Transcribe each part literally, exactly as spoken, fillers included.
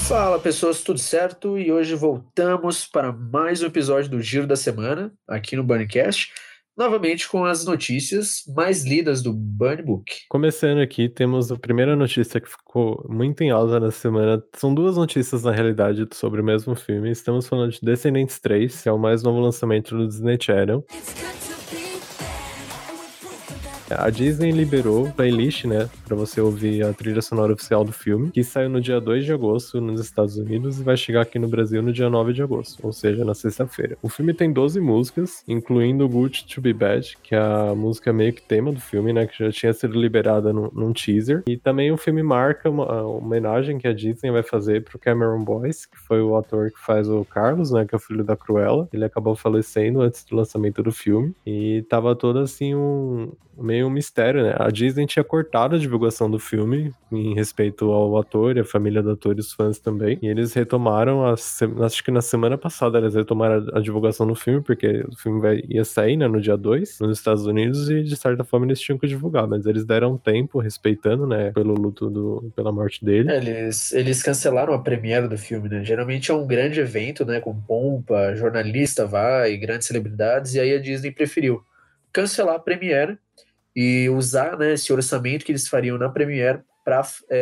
Fala pessoas, tudo certo? E hoje voltamos para mais um episódio do Giro da Semana, aqui no Burncast, novamente com as notícias mais lidas do Burn Book. Começando aqui, temos a primeira notícia que ficou muito em alta na semana. São duas notícias, na realidade, sobre o mesmo filme. Estamos falando de Descendentes três, que é o mais novo lançamento do Disney Channel. A Disney liberou playlist, né, pra você ouvir a trilha sonora oficial do filme, que saiu no dia dois de agosto nos Estados Unidos e vai chegar aqui no Brasil no dia nove de agosto, ou seja, na sexta-feira. O filme tem doze músicas, incluindo Good to Be Bad, que é a música meio que tema do filme, né, que já tinha sido liberada no, num teaser. E também o filme marca uma, uma homenagem que a Disney vai fazer pro Cameron Boyce, que foi o ator que faz o Carlos, né, que é o filho da Cruella. Ele acabou falecendo antes do lançamento do filme. E tava todo assim um meio um mistério, né? A Disney tinha cortado a divulgação do filme em respeito ao ator e a família do ator e os fãs também. E eles retomaram, a se... acho que na semana passada eles retomaram a divulgação do filme, porque o filme vai... ia sair, né, no dia dois, nos Estados Unidos, e de certa forma eles tinham que divulgar, mas eles deram tempo, respeitando, né, pelo luto do... pela morte dele. É, eles, eles cancelaram a premiere do filme, né? Geralmente é um grande evento, né, com pompa, jornalista vai, grandes celebridades, e aí a Disney preferiu cancelar a premiere e usar, né, esse orçamento que eles fariam na Premiere para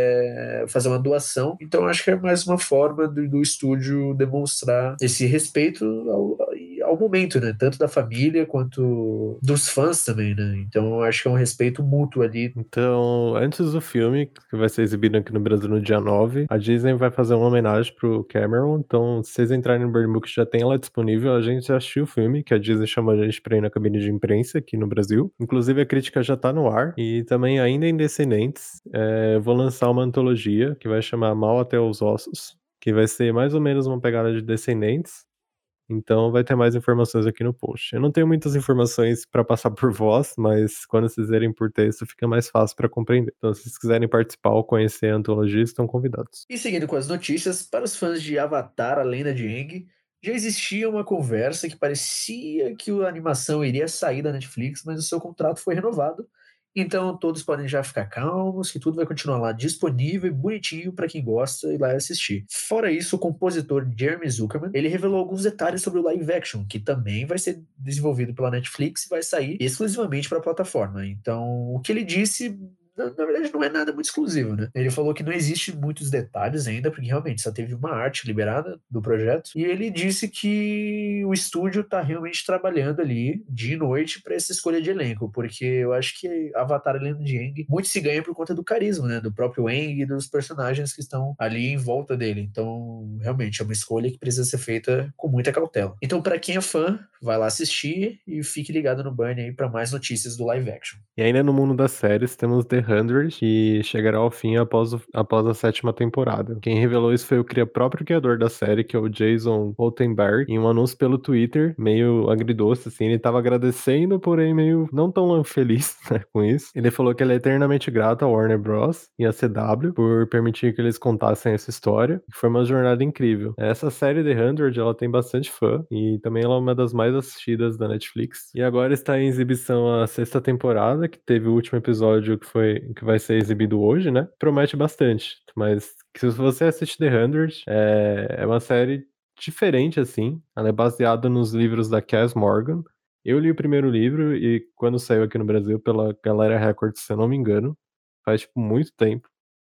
é, fazer uma doação. Então acho que é mais uma forma do, do estúdio demonstrar esse respeito ao, ao momento, né, tanto da família quanto dos fãs também, né. Então acho que é um respeito mútuo ali. Então, antes do filme, que vai ser exibido aqui no Brasil no dia nove, a Disney vai fazer uma homenagem pro Cameron. Então, se vocês entrarem no Burn Book, já tem ela disponível. A gente já assistiu o filme, que a Disney chamou a gente pra ir na cabine de imprensa aqui no Brasil. Inclusive, a crítica já tá no ar. E também, ainda em Descendentes, é, eu vou lançar uma antologia que vai chamar Mal Até os Ossos, que vai ser mais ou menos uma pegada de Descendentes. Então vai ter mais informações aqui no post. Eu não tenho muitas informações para passar por voz, mas quando vocês lerem por texto fica mais fácil para compreender. Então, se vocês quiserem participar ou conhecer a antologia, estão convidados. E seguindo com as notícias, para os fãs de Avatar, a Lenda de Aang, já existia uma conversa que parecia que a animação iria sair da Netflix, mas o seu contrato foi renovado. Então todos podem já ficar calmos, que tudo vai continuar lá disponível e bonitinho para quem gosta ir lá assistir. Fora isso, o compositor Jeremy Zuckerman, ele revelou alguns detalhes sobre o live action, que também vai ser desenvolvido pela Netflix e vai sair exclusivamente para a plataforma. Então, o que ele disse na, na verdade não é nada muito exclusivo, né? Ele falou que não existe muitos detalhes ainda, porque realmente só teve uma arte liberada do projeto, e ele disse que o estúdio tá realmente trabalhando ali dia e noite para essa escolha de elenco, porque eu acho que Avatar: A Lenda de Aang muito se ganha por conta do carisma, né? Do próprio Aang e dos personagens que estão ali em volta dele. Então, realmente é uma escolha que precisa ser feita com muita cautela. Então, para quem é fã, vai lá assistir e fique ligado no Burn aí para mais notícias do live action. E ainda no mundo das séries, temos The Hundred, que chegará ao fim após, o, após a sétima temporada. Quem revelou isso foi o cria, próprio criador da série, que é o Jason Oltenberg, em um anúncio pelo Twitter, meio agridoce, assim. Ele tava agradecendo, porém meio não tão feliz, né, com isso. Ele falou que ele é eternamente grato ao Warner Bros. E à C W por permitir que eles contassem essa história. Foi uma jornada incrível. Essa série The Hundred, ela tem bastante fã, e também ela é uma das mais assistidas da Netflix. E agora está em exibição a sexta temporada, que teve o último episódio que foi que vai ser exibido hoje, né? Promete bastante, mas se você assiste The Hundred, é, é uma série diferente, assim. Ela é baseada nos livros da Cass Morgan. Eu li o primeiro livro e quando saiu aqui no Brasil pela Galera Record, se eu não me engano, faz tipo muito tempo.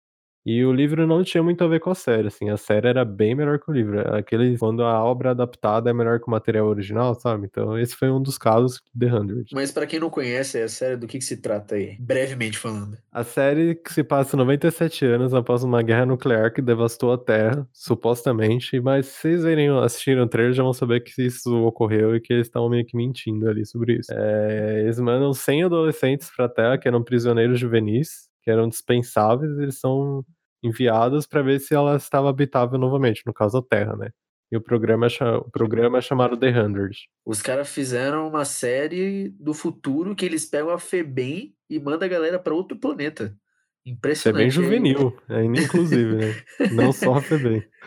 E o livro não tinha muito a ver com a série, assim, a série era bem melhor que o livro, aquele quando a obra adaptada é melhor que o material original, sabe? Então esse foi um dos casos de The Hundred. Mas para quem não conhece a série, do que, que se trata aí? Brevemente falando. A série que se passa noventa e sete anos após uma guerra nuclear que devastou a Terra, supostamente, mas se vocês verem, assistirem o trailer já vão saber que isso ocorreu e que eles estavam meio que mentindo ali sobre isso. É, eles mandam cem adolescentes pra Terra que eram prisioneiros juvenis, que eram dispensáveis, eles são enviados para ver se ela estava habitável novamente, no caso a Terra, né? E o programa, é o programa é chamado The Hundred. Os caras fizeram uma série do futuro que eles pegam a Febem e mandam a galera para outro planeta. Isso é bem Impressionante. juvenil, ainda inclusive, né? Não só a Febem.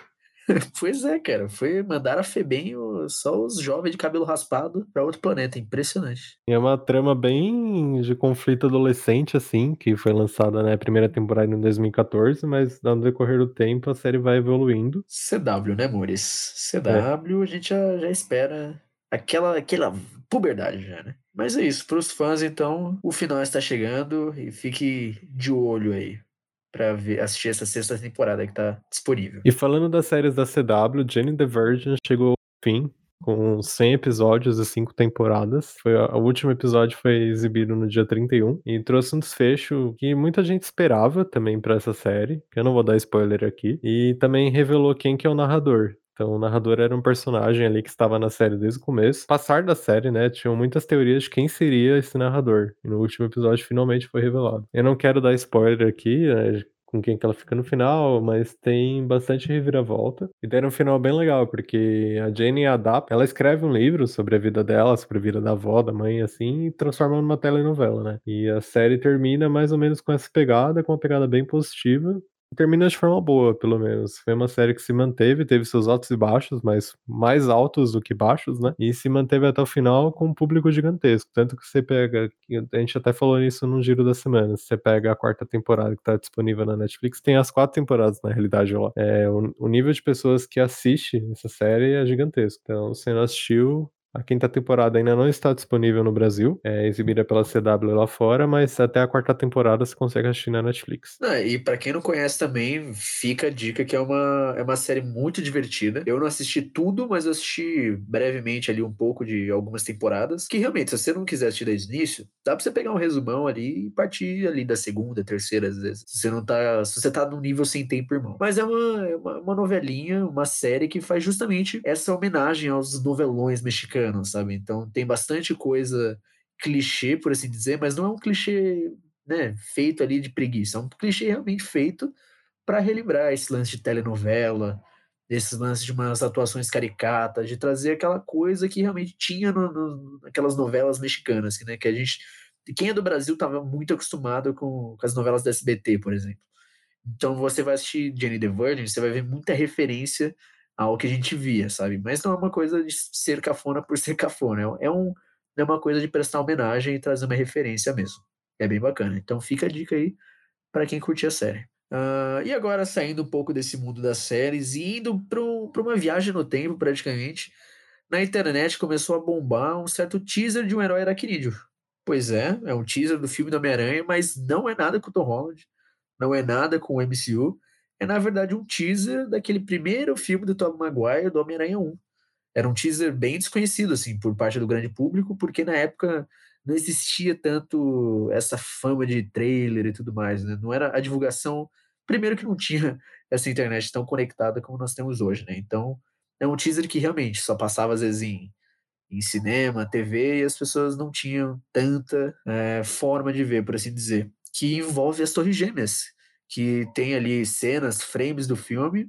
Pois é, cara, foi mandar a Febem o só os jovens de cabelo raspado pra outro planeta, impressionante. E é uma trama bem de conflito adolescente, assim, que foi lançada, né, a primeira temporada em dois mil e quatorze, mas no decorrer do tempo a série vai evoluindo. C W, né, amores? É. C W a gente já já espera aquela aquela puberdade já, né. Mas é isso, para os fãs então, o final está chegando e fique de olho aí, pra ver assistir essa sexta temporada que tá disponível. E falando das séries da C W, Jane the Virgin chegou ao fim, com cem episódios e cinco temporadas. Foi a o último episódio foi exibido no dia trinta e um e trouxe um desfecho que muita gente esperava também pra essa série, que eu não vou dar spoiler aqui, e também revelou quem que é o narrador. Então o narrador era um personagem ali que estava na série desde o começo. Passar da série, né, tinham muitas teorias de quem seria esse narrador, e no último episódio finalmente foi revelado. Eu não quero dar spoiler aqui, né, com quem que ela fica no final, mas tem bastante reviravolta. E deram um final bem legal, porque a Jane adapta, ela escreve um livro sobre a vida dela, sobre a vida da avó, da mãe, assim, e transforma numa telenovela, né? E a série termina mais ou menos com essa pegada, com uma pegada bem positiva. E termina de forma boa, pelo menos. Foi uma série que se manteve, teve seus altos e baixos, mas mais altos do que baixos, né? E se manteve até o final com um público gigantesco. Tanto que você pega, a gente até falou isso no Giro da Semana, você pega a quarta temporada que tá disponível na Netflix, tem as quatro temporadas na realidade lá. É, o, o nível de pessoas que assiste essa série é gigantesco. Então, se não assistiu, a quinta temporada ainda não está disponível no Brasil, é exibida pela C W lá fora, mas até a quarta temporada você consegue assistir na Netflix. Ah, e pra quem não conhece também, fica a dica que é uma é uma série muito divertida. Eu não assisti tudo, mas eu assisti brevemente ali um pouco de algumas temporadas, que realmente, se você não quiser assistir desde o início, dá pra você pegar um resumão ali e partir ali da segunda, terceira, às vezes, se você não tá se você tá num nível sem tempo, irmão. Mas é uma é uma uma novelinha, uma série que faz justamente essa homenagem aos novelões mexicanos, sabe. Então tem bastante coisa clichê, por assim dizer, mas não é um clichê, né, feito ali de preguiça, é um clichê realmente feito para relembrar esse lance de telenovela, esses lances de umas atuações caricatas, de trazer aquela coisa que realmente tinha no no naquelas novelas mexicanas, que, né, que a gente quem é do Brasil estava muito acostumado com com as novelas da S B T, por exemplo. Então você vai assistir Jane the Virgin, você vai ver muita referência ao que a gente via, sabe, mas não é uma coisa de ser cafona por ser cafona, é um é um é uma coisa de prestar homenagem e trazer uma referência mesmo. É bem bacana, então fica a dica aí para quem curte a série. Hã, e agora saindo um pouco desse mundo das séries e indo para um pra uma viagem no tempo praticamente, na internet começou a bombar um certo teaser de um herói aracnídeo. Pois é, é um teaser do filme do Homem-Aranha, mas não é nada com o Tom Holland, não é nada com o M C U, é na verdade um teaser daquele primeiro filme do Tobey Maguire, do Homem-Aranha um. Era um teaser bem desconhecido, assim, por parte do grande público, porque na época não existia tanto essa fama de trailer e tudo mais, né, não era a divulgação primeiro que não tinha essa internet tão conectada como nós temos hoje, né, então é um teaser que realmente só passava às vezes em em cinema, T V, e as pessoas não tinham tanta, eh, forma de ver, por assim dizer, que envolve as Torres Gêmeas, que tem ali cenas, frames do filme,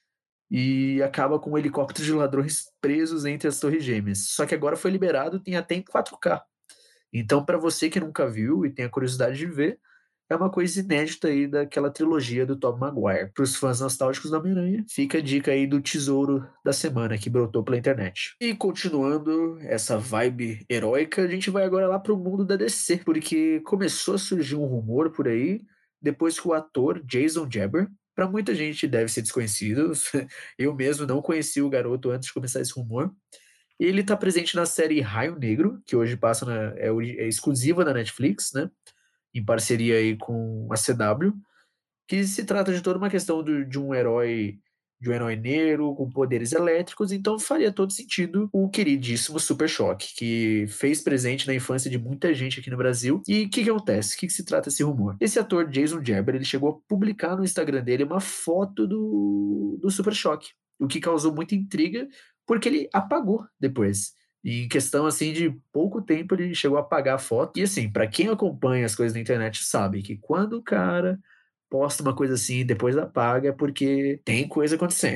e acaba com um helicóptero de ladrões presos entre as Torres Gêmeas. Só que agora foi liberado, tem até em quatro K. Então, para você que nunca viu e tem a curiosidade de ver, é uma coisa inédita aí daquela trilogia do Tobey Maguire. Para os fãs nostálgicos do Homem-Aranha, fica a dica aí do tesouro da semana que brotou pela internet. E continuando essa vibe heróica, a gente vai agora lá para o mundo da D C, porque começou a surgir um rumor por aí, depois que o ator Jason Jabber, para muita gente deve ser desconhecido, eu mesmo não conheci o garoto antes de começar esse rumor, ele está presente na série Raio Negro, que hoje passa na é ori é exclusiva da Netflix, né, em parceria aí com a C W, que se trata de toda uma questão do de um herói de um herói negro com poderes elétricos, então faria todo sentido o queridíssimo Super Choque, que fez presente na infância de muita gente aqui no Brasil. E o que que acontece? O que que se trata esse rumor? Esse ator Jason Jabber, ele chegou a publicar no Instagram dele uma foto do do Super Choque, o que causou muita intriga, porque ele apagou depois. E em questão, assim, de pouco tempo ele chegou a apagar a foto. E assim, pra quem acompanha as coisas na internet sabe que quando o cara posta uma coisa assim e depois apaga, é porque tem coisa acontecendo.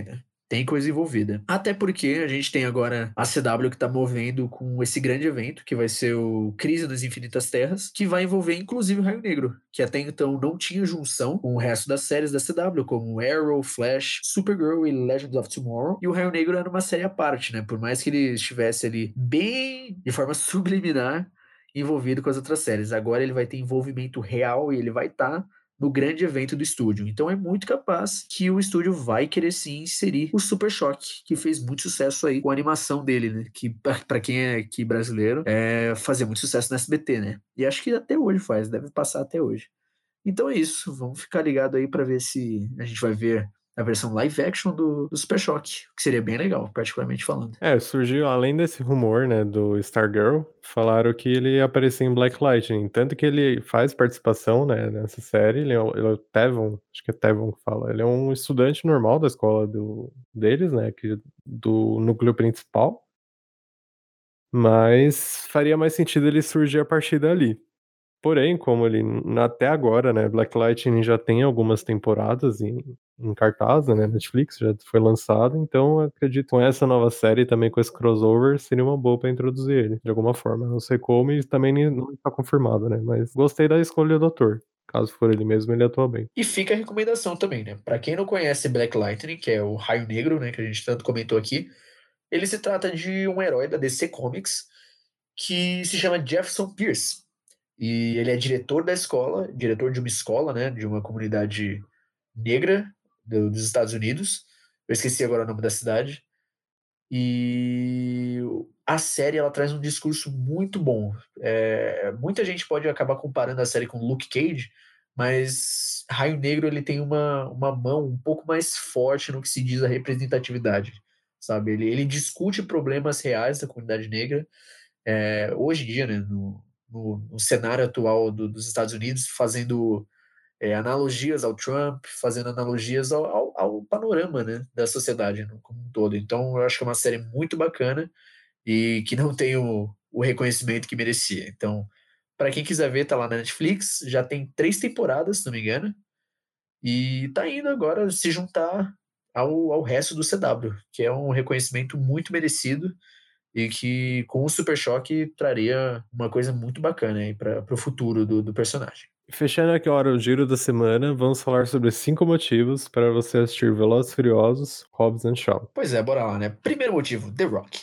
Tem coisa envolvida. Até porque a gente tem agora a C W que tá movendo com esse grande evento, que vai ser o Crise nas Infinitas Terras, que vai envolver inclusive o Raio Negro, que até então não tinha junção com o resto das séries da C W, como Arrow, Flash, Supergirl e Legends of Tomorrow. E o Raio Negro era uma série à parte, né? Por mais que ele estivesse ali bem de forma subliminar envolvido com as outras séries. Agora ele vai ter envolvimento real e ele vai estar no grande evento do estúdio. Então é muito capaz que o estúdio vai querer sim inserir o Super Choque, que fez muito sucesso aí com a animação dele, né? Que pra pra quem é aqui brasileiro, é fazer muito sucesso no S B T, né? E acho que até hoje faz, deve passar até hoje. Então é isso, vamos ficar ligado aí pra ver se a gente vai ver a versão live action do, do Super Choque, que seria bem legal, particularmente falando. É, surgiu além desse rumor, né, do Stargirl, falaram que ele ia aparecer em Black Lightning, tanto que ele faz participação, né, nessa série, ele é o ele é o Tevon, acho que é Tevon que fala, ele é um estudante normal da escola do deles, né, que do núcleo principal, mas faria mais sentido ele surgir a partir dali. Porém, como ele n até agora, né, Black Lightning já tem algumas temporadas em em cartaz, né, Netflix, já foi lançado, então eu acredito com essa nova série, também com esse crossover, seria uma boa pra introduzir ele, de alguma forma. Não sei como e também nem não está confirmado, né, mas gostei da escolha do ator. Caso for ele mesmo, ele atua bem. E fica a recomendação também, né? Pra quem não conhece Black Lightning, que é o Raio Negro, né, que a gente tanto comentou aqui, ele se trata de um herói da D C Comics que se chama Jefferson Pierce. E ele é diretor da escola, diretor de uma escola, né, de uma comunidade negra do- dos Estados Unidos. Eu esqueci agora o nome da cidade. E a série ela traz um discurso muito bom. É, muita gente pode acabar comparando a série com Luke Cage, mas Raio Negro ele tem uma, uma mão um pouco mais forte no que se diz a representatividade, sabe? Ele, ele discute problemas reais da comunidade negra. É, hoje em dia, né, no, no, no cenário atual do- dos Estados Unidos, fazendo é, analogias ao Trump, fazendo analogias ao, ao, ao panorama, né, da sociedade no- como um todo. Então, eu acho que é uma série muito bacana e que não tem o, o reconhecimento que merecia. Então, para quem quiser ver, tá lá na Netflix, já tem três temporadas, se não me engano, e tá indo agora se juntar ao, ao resto do C W, que é um reconhecimento muito merecido e que com o Super Choque traria uma coisa muito bacana aí para o futuro do, do personagem. Fechando aqui agora o giro da semana, vamos falar sobre cinco motivos para você assistir Velozes e Furiosos, Hobbs and Shaw. Pois é, bora lá, né? Primeiro motivo, The Rock.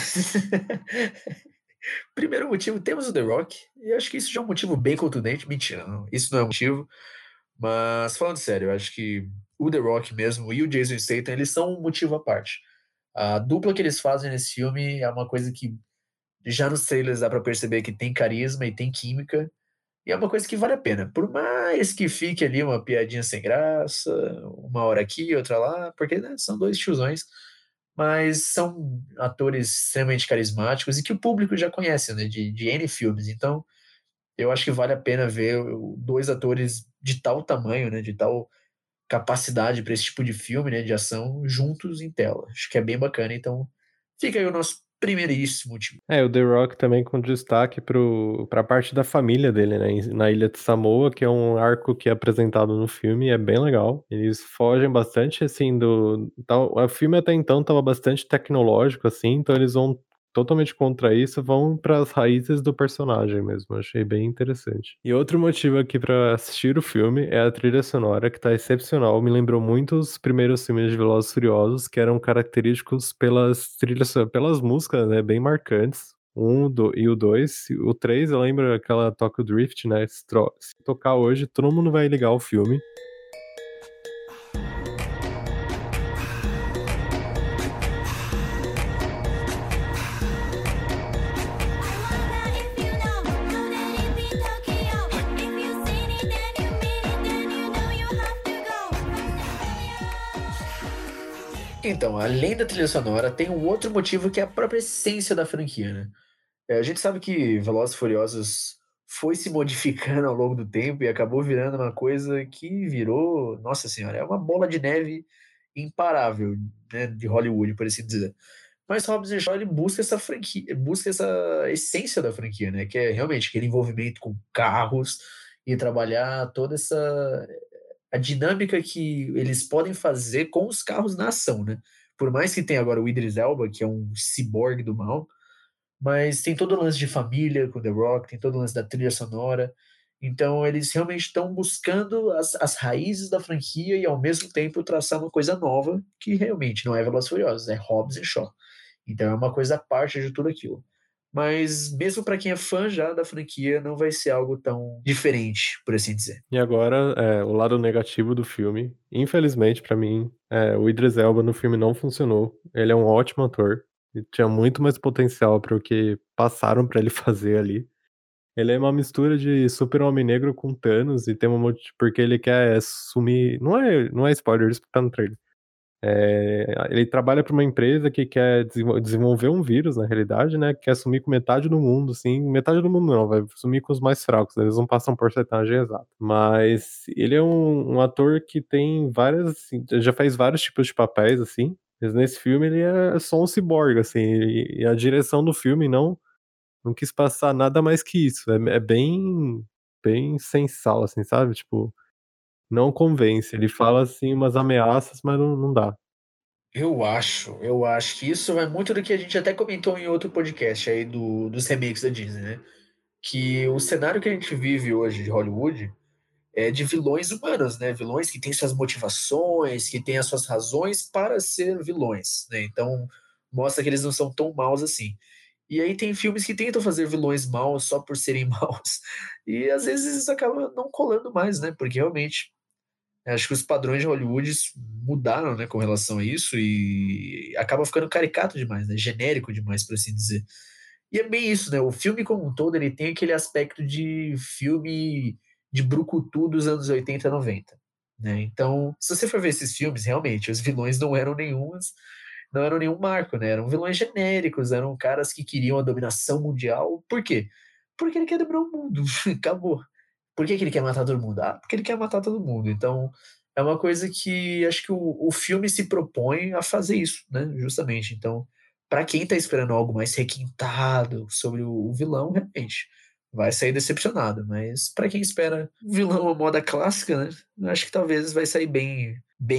Primeiro motivo, temos o The Rock, e eu acho que isso já é um motivo bem contundente. Mentira, não, isso não é um motivo. Mas falando sério, eu acho que o The Rock mesmo e o Jason Statham, eles são um motivo à parte. A dupla que eles fazem nesse filme é uma coisa que já nos trailers dá pra perceber que tem carisma e tem química, e é uma coisa que vale a pena. Por mais que fique ali uma piadinha sem graça, uma hora aqui, outra lá, porque né, são dois tiozões, mas são atores extremamente carismáticos e que o público já conhece, né, de, de N filmes. Então, eu acho que vale a pena ver o- dois atores de tal tamanho, né, de tal capacidade para esse tipo de filme, né, de ação, juntos em tela. Acho que é bem bacana. Então, fica aí o nosso primeiríssimo motivo. É, o The Rock também com destaque pro pra parte da família dele, né, em na ilha de Samoa, que é um arco que é apresentado no filme e é bem legal. Eles fogem bastante, assim, do tal o filme até então estava bastante tecnológico, assim, então eles vão totalmente contra isso, vão para as raízes do personagem mesmo, eu achei bem interessante. E outro motivo aqui pra assistir o filme é a trilha sonora que tá excepcional, me lembrou muito os primeiros filmes de Velozes e Furiosos, que eram característicos pelas trilhas so pelas músicas, né, bem marcantes. Um do e o dois o três eu lembro aquela Tokyo Drift, né, se tro se tocar hoje todo mundo vai ligar o filme. Então, além da trilha sonora, tem um outro motivo que é a própria essência da franquia, né? É, a gente sabe que Velozes e Furiosos foi se modificando ao longo do tempo e acabou virando uma coisa que virou, nossa senhora, é uma bola de neve imparável, né, de Hollywood, por assim dizer. Mas Hobbs e Shaw ele busca essa franquia, busca essa essência da franquia, né, que é realmente aquele envolvimento com carros e trabalhar toda essa a dinâmica que eles podem fazer com os carros na ação, né? Por mais que tenha agora o Idris Elba, que é um ciborgue do mal, mas tem todo o lance de família com The Rock, tem todo o lance da trilha sonora. Então eles realmente estão buscando as, as raízes da franquia e ao mesmo tempo traçar uma coisa nova que realmente não é Velozes e Furiosos, é Hobbs e Shaw. Então é uma coisa à parte de tudo aquilo. Mas mesmo para quem é fã já da franquia, não vai ser algo tão diferente, por assim dizer. E agora, é, o lado negativo do filme, infelizmente pra mim, é, o Idris Elba no filme não funcionou. Ele é um ótimo ator, e tinha muito mais potencial para o que passaram pra ele fazer ali. Ele é uma mistura de Super-Homem Negro com Thanos e tem uma moti porque ele quer sumir, não é não é spoiler, isso tá no trailer. Eh, ele trabalha pra uma empresa que quer desenvol desenvolver um vírus, na realidade, né, que quer sumir com metade do mundo, assim, metade do mundo não, vai sumir com os mais fracos, né, eles não passam porcentagem exata. Mas ele é um um ator que tem várias, assim, já fez vários tipos de papéis, assim, mas nesse filme ele é só um ciborgue, assim, e e a direção do filme não não quis passar nada mais que isso, é é bem bem sem sal, assim, sabe, tipo, não convence, ele fala, assim, umas ameaças, mas não não dá. Eu acho, eu acho que isso vai muito do que a gente até comentou em outro podcast aí do, dos remakes da Disney, né? Que o cenário que a gente vive hoje de Hollywood é de vilões humanos, né? Vilões que têm suas motivações, que têm as suas razões para ser vilões, né? Então mostra que eles não são tão maus assim. E aí tem filmes que tentam fazer vilões maus só por serem maus. E às vezes isso acaba não colando mais, né? Porque realmente acho que os padrões de Hollywood mudaram, né, com relação a isso e acaba ficando caricato demais, né? Genérico demais, por assim dizer. E é bem isso, né? O filme como um todo, ele tem aquele aspecto de filme de brucutu dos anos oitenta, noventa, né? Então, se você for ver esses filmes, realmente, os vilões não eram nenhums, não eram nenhum marco, né? Eram vilões genéricos, eram caras que queriam a dominação mundial. Por quê? Porque ele quer dominar o mundo. Acabou. Por que que ele quer matar todo mundo? Ah, porque ele quer matar todo mundo. Então, é uma coisa que acho que o, o filme se propõe a fazer isso, né? Justamente. Então, para quem tá esperando algo mais requintado sobre o, o vilão, realmente vai sair decepcionado. Mas para quem espera um vilão à moda clássica, né? Eu acho que talvez vai sair bem,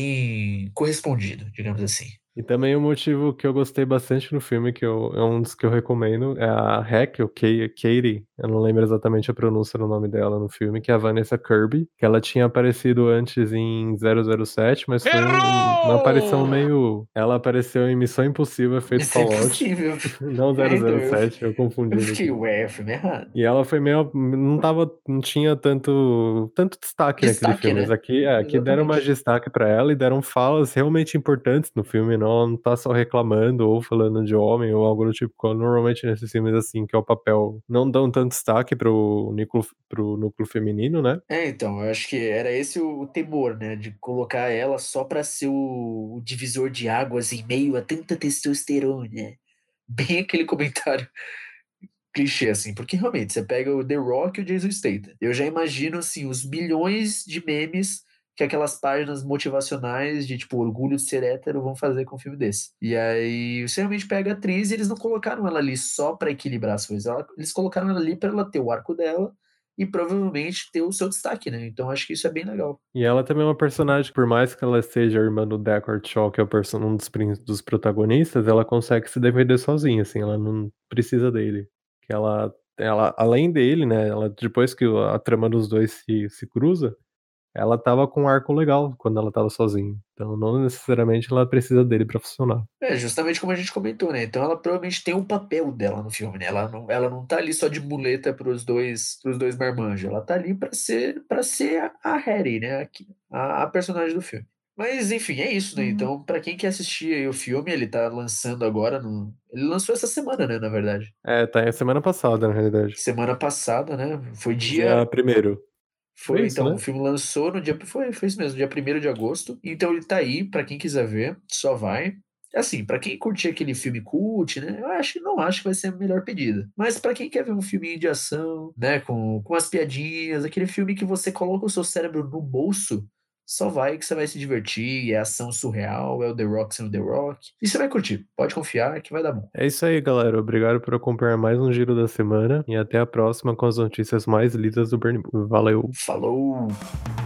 bem correspondido, digamos assim. E também o motivo que eu gostei bastante no filme, que eu é um dos que eu recomendo, é a Hack, ou Ka Katie, eu não lembro exatamente a pronúncia do nome dela no filme, que é a Vanessa Kirby, que ela tinha aparecido antes em zero zero sete, mas foi um uma aparição Errou! meio ela apareceu em Missão Impossível: Efeito Isso é Fallout, impossível. não É, então, eu, zero zero sete, eu eu confundindo fiquei, aqui. ué, o filme é errado. E ela foi meio não estava não tinha tanto tanto destaque naquele Destaque, filme, mas né? aqui é, aqui deram mais Exatamente. destaque pra ela e deram falas realmente importantes no filme, não ela não tá só reclamando ou falando de homem ou algo do tipo, quando normalmente nesses filmes, assim, que é o papel não dão tanto destaque para o níclo para o núcleo feminino, né. É, então, eu acho que era esse o temor, né, de colocar ela só pra ser o o divisor de águas em meio a tanta testosterona, né. Bem aquele comentário clichê, assim, porque realmente você pega o The Rock e o Jason Statham. Eu já imagino, assim, os milhões de memes que aquelas páginas motivacionais de, tipo, orgulho de ser hétero vão fazer com um filme desse. E aí você realmente pega a atriz e eles não colocaram ela ali só pra equilibrar as coisas, ela eles colocaram ela ali pra ela ter o arco dela e provavelmente ter o seu destaque, né, então acho que isso é bem legal. E ela também é uma personagem, por mais que ela seja a irmã do Deckard Shaw, que é o perso um dos prin dos protagonistas, ela consegue se defender sozinha, assim, ela não precisa dele. Que ela ela além dele, né, ela depois que o a trama dos dois se se cruza, ela estava com um arco legal quando ela estava sozinha, então não necessariamente ela precisa dele pra funcionar. É, justamente como a gente comentou, né, então ela provavelmente tem um papel dela no filme, né, ela não ela não tá ali só de muleta para os dois para os dois marmanjos, ela tá ali pra ser pra ser a a Hattie, né, a que a a personagem do filme. Mas enfim, é isso, né, então pra quem quer assistir aí o filme, ele tá lançando agora no ele lançou essa semana, né, na verdade. É, tá, é semana passada, na realidade. Semana passada, né, foi dia Dia primeiro. Foi foi isso, então, né? o filme lançou no dia foi foi isso mesmo, dia primeiro de agosto, então ele tá aí pra quem quiser ver, só vai. Assim, pra quem curtir aquele filme cult, né, eu acho não acho que vai ser a melhor pedida, mas pra quem quer ver um filminho de ação, né, com com as piadinhas, aquele filme que você coloca o seu cérebro no bolso, só vai que você vai se divertir, é ação surreal, é o The Rock sendo The Rock, e você vai curtir, pode confiar que vai dar bom. É isso aí, galera. Obrigado por acompanhar mais um Giro da Semana e até a próxima com as notícias mais lidas do Burn Valeu! Falou!